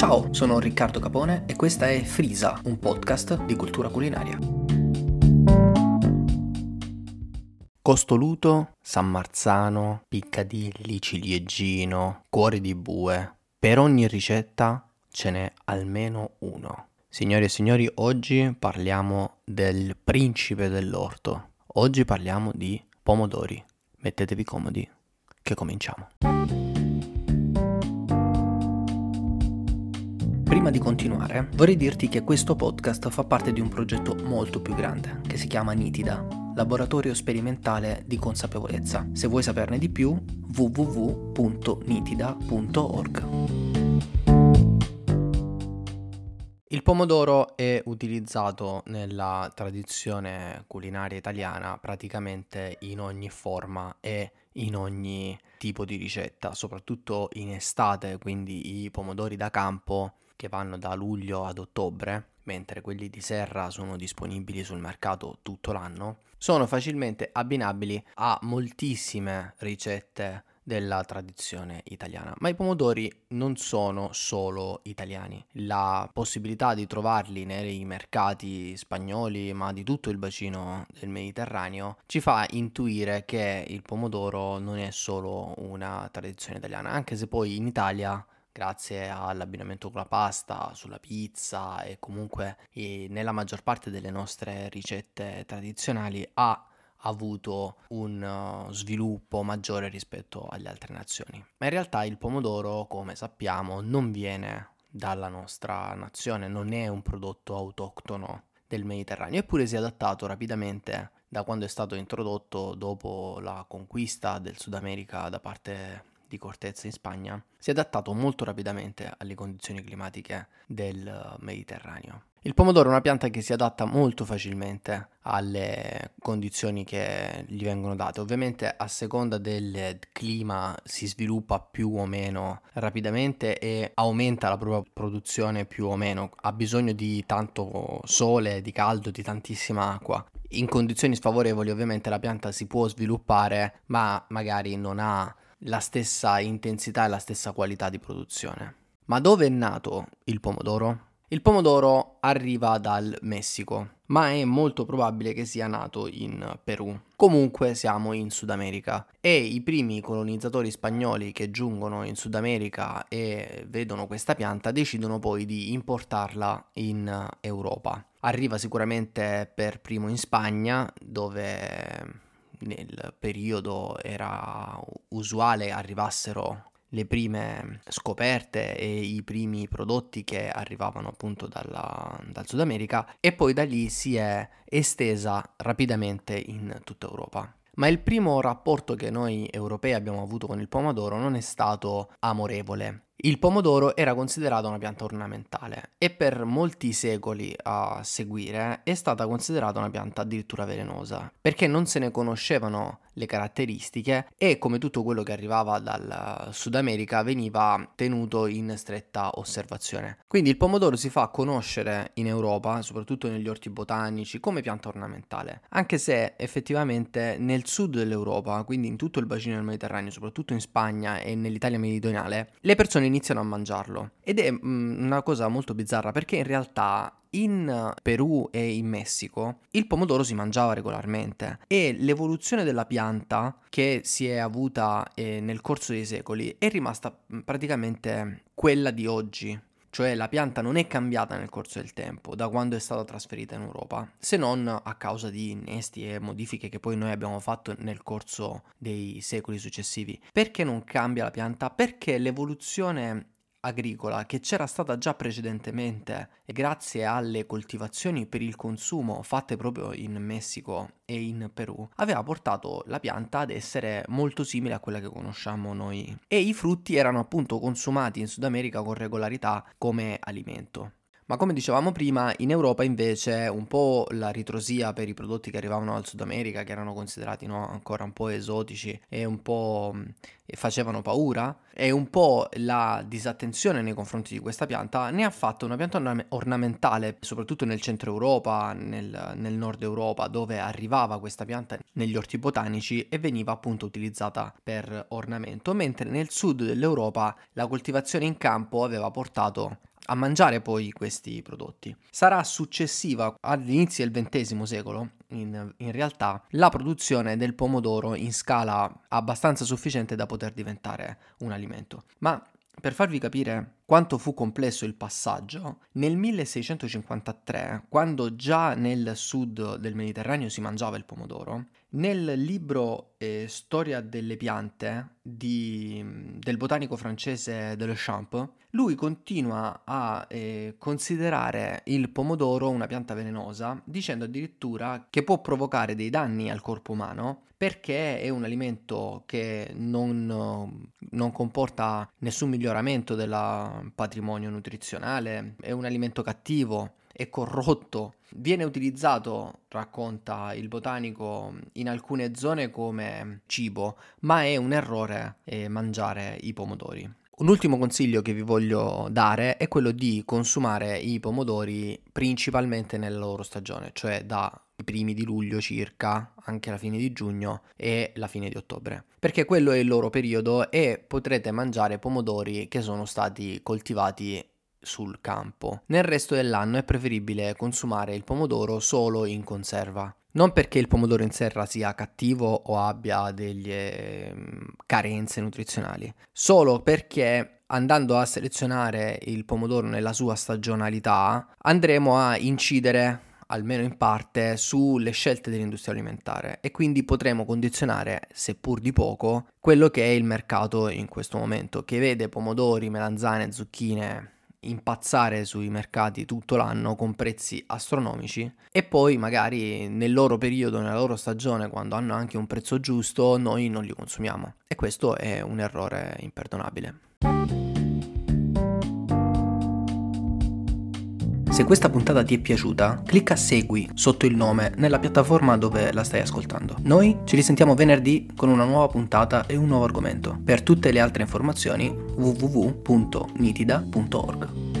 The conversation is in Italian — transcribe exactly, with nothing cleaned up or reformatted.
Ciao, sono Riccardo Capone e questa è Frisa, un podcast di cultura culinaria. Costoluto, San Marzano, Piccadilly, Ciliegino, Cuore di Bue. Per ogni ricetta ce n'è almeno uno. Signori e signori, oggi parliamo del principe dell'orto. Oggi parliamo di pomodori. Mettetevi comodi, che cominciamo. Prima di continuare, vorrei dirti che questo podcast fa parte di un progetto molto più grande, che si chiama Nitida, Laboratorio Sperimentale di Consapevolezza. Se vuoi saperne di più, w w w punto nitida punto org. Il pomodoro è utilizzato nella tradizione culinaria italiana praticamente in ogni forma e in ogni tipo di ricetta, soprattutto in estate, quindi i pomodori da campo che vanno da luglio ad ottobre, mentre quelli di serra sono disponibili sul mercato tutto l'anno, sono facilmente abbinabili a moltissime ricette della tradizione italiana. Ma i pomodori non sono solo italiani. La possibilità di trovarli nei mercati spagnoli, ma di tutto il bacino del Mediterraneo, ci fa intuire che il pomodoro non è solo una tradizione italiana, anche se poi in Italia, grazie all'abbinamento con la pasta, sulla pizza e comunque e nella maggior parte delle nostre ricette tradizionali, ha avuto un uh, sviluppo maggiore rispetto alle altre nazioni. Ma in realtà il pomodoro, come sappiamo, non viene dalla nostra nazione, non è un prodotto autoctono del Mediterraneo, eppure si è adattato rapidamente da quando è stato introdotto dopo la conquista del Sud America da parte di Cortez in Spagna, si è adattato molto rapidamente alle condizioni climatiche del Mediterraneo. Il pomodoro è una pianta che si adatta molto facilmente alle condizioni che gli vengono date. Ovviamente a seconda del clima si sviluppa più o meno rapidamente e aumenta la propria produzione più o meno. Ha bisogno di tanto sole, di caldo, di tantissima acqua. In condizioni sfavorevoli ovviamente la pianta si può sviluppare, ma magari non ha la stessa intensità e la stessa qualità di produzione. Ma dove è nato il pomodoro? Il pomodoro arriva dal Messico, ma è molto probabile che sia nato in Perù. Comunque siamo in Sud America e i primi colonizzatori spagnoli che giungono in Sud America e vedono questa pianta decidono poi di importarla in Europa. Arriva sicuramente per primo in Spagna, dove nel periodo era usuale arrivassero le prime scoperte e i primi prodotti che arrivavano appunto dalla, dal Sud America, e poi da lì si è estesa rapidamente in tutta Europa. Ma il primo rapporto che noi europei abbiamo avuto con il pomodoro non è stato amorevole. Il pomodoro era considerato una pianta ornamentale e per molti secoli a seguire è stata considerata una pianta addirittura velenosa, perché non se ne conoscevano le caratteristiche e, come tutto quello che arrivava dal Sud America, veniva tenuto in stretta osservazione. Quindi il pomodoro si fa conoscere in Europa, soprattutto negli orti botanici, come pianta ornamentale, anche se effettivamente nel sud dell'Europa, quindi in tutto il bacino del Mediterraneo, soprattutto in Spagna e nell'Italia meridionale, le persone iniziano a mangiarlo. Ed è mh, una cosa molto bizzarra, perché in realtà in Perù e in Messico il pomodoro si mangiava regolarmente e l'evoluzione della pianta che si è avuta eh, nel corso dei secoli è rimasta praticamente quella di oggi. Cioè la pianta non è cambiata nel corso del tempo, da quando è stata trasferita in Europa, se non a causa di innesti e modifiche che poi noi abbiamo fatto nel corso dei secoli successivi. Perché non cambia la pianta? Perché l'evoluzione agricola che c'era stata già precedentemente e grazie alle coltivazioni per il consumo fatte proprio in Messico e in Perù aveva portato la pianta ad essere molto simile a quella che conosciamo noi, e i frutti erano appunto consumati in Sud America con regolarità come alimento. Ma come dicevamo prima, in Europa invece un po' la ritrosia per i prodotti che arrivavano dal Sud America, che erano considerati, no, ancora un po' esotici e un po' mh, facevano paura, e un po' la disattenzione nei confronti di questa pianta ne ha fatto una pianta orna- ornamentale, soprattutto nel centro Europa, nel, nel nord Europa, dove arrivava questa pianta negli orti botanici e veniva appunto utilizzata per ornamento, mentre nel sud dell'Europa la coltivazione in campo aveva portato a mangiare poi questi prodotti. Sarà successiva, all'inizio del ventesimo secolo, in, in realtà, la produzione del pomodoro in scala abbastanza sufficiente da poter diventare un alimento. Ma per farvi capire quanto fu complesso il passaggio, nel milleseicentocinquantatré, quando già nel sud del Mediterraneo si mangiava il pomodoro, nel libro eh, Storia delle piante di, del botanico francese Delechamps, lui continua a eh, considerare il pomodoro una pianta velenosa, dicendo addirittura che può provocare dei danni al corpo umano perché è un alimento che non, non comporta nessun miglioramento del patrimonio nutrizionale, è un alimento cattivo, è corrotto, viene utilizzato, racconta il botanico, in alcune zone come cibo, ma è un errore eh, mangiare i pomodori. Un ultimo consiglio che vi voglio dare è quello di consumare i pomodori principalmente nella loro stagione, cioè dai primi di luglio circa, anche la fine di giugno e la fine di ottobre, perché quello è il loro periodo e potrete mangiare pomodori che sono stati coltivati sul campo. Nel resto dell'anno è preferibile consumare il pomodoro solo in conserva. Non perché il pomodoro in serra sia cattivo o abbia delle carenze nutrizionali, solo perché andando a selezionare il pomodoro nella sua stagionalità andremo a incidere, almeno in parte, sulle scelte dell'industria alimentare e quindi potremo condizionare, seppur di poco, quello che è il mercato in questo momento, che vede pomodori, melanzane, zucchine impazzare sui mercati tutto l'anno con prezzi astronomici e poi magari nel loro periodo, nella loro stagione, quando hanno anche un prezzo giusto, noi non li consumiamo e questo è un errore imperdonabile. Se questa puntata ti è piaciuta, clicca segui sotto il nome nella piattaforma dove la stai ascoltando. Noi ci risentiamo venerdì con una nuova puntata e un nuovo argomento. Per tutte le altre informazioni w w w punto nitida punto org.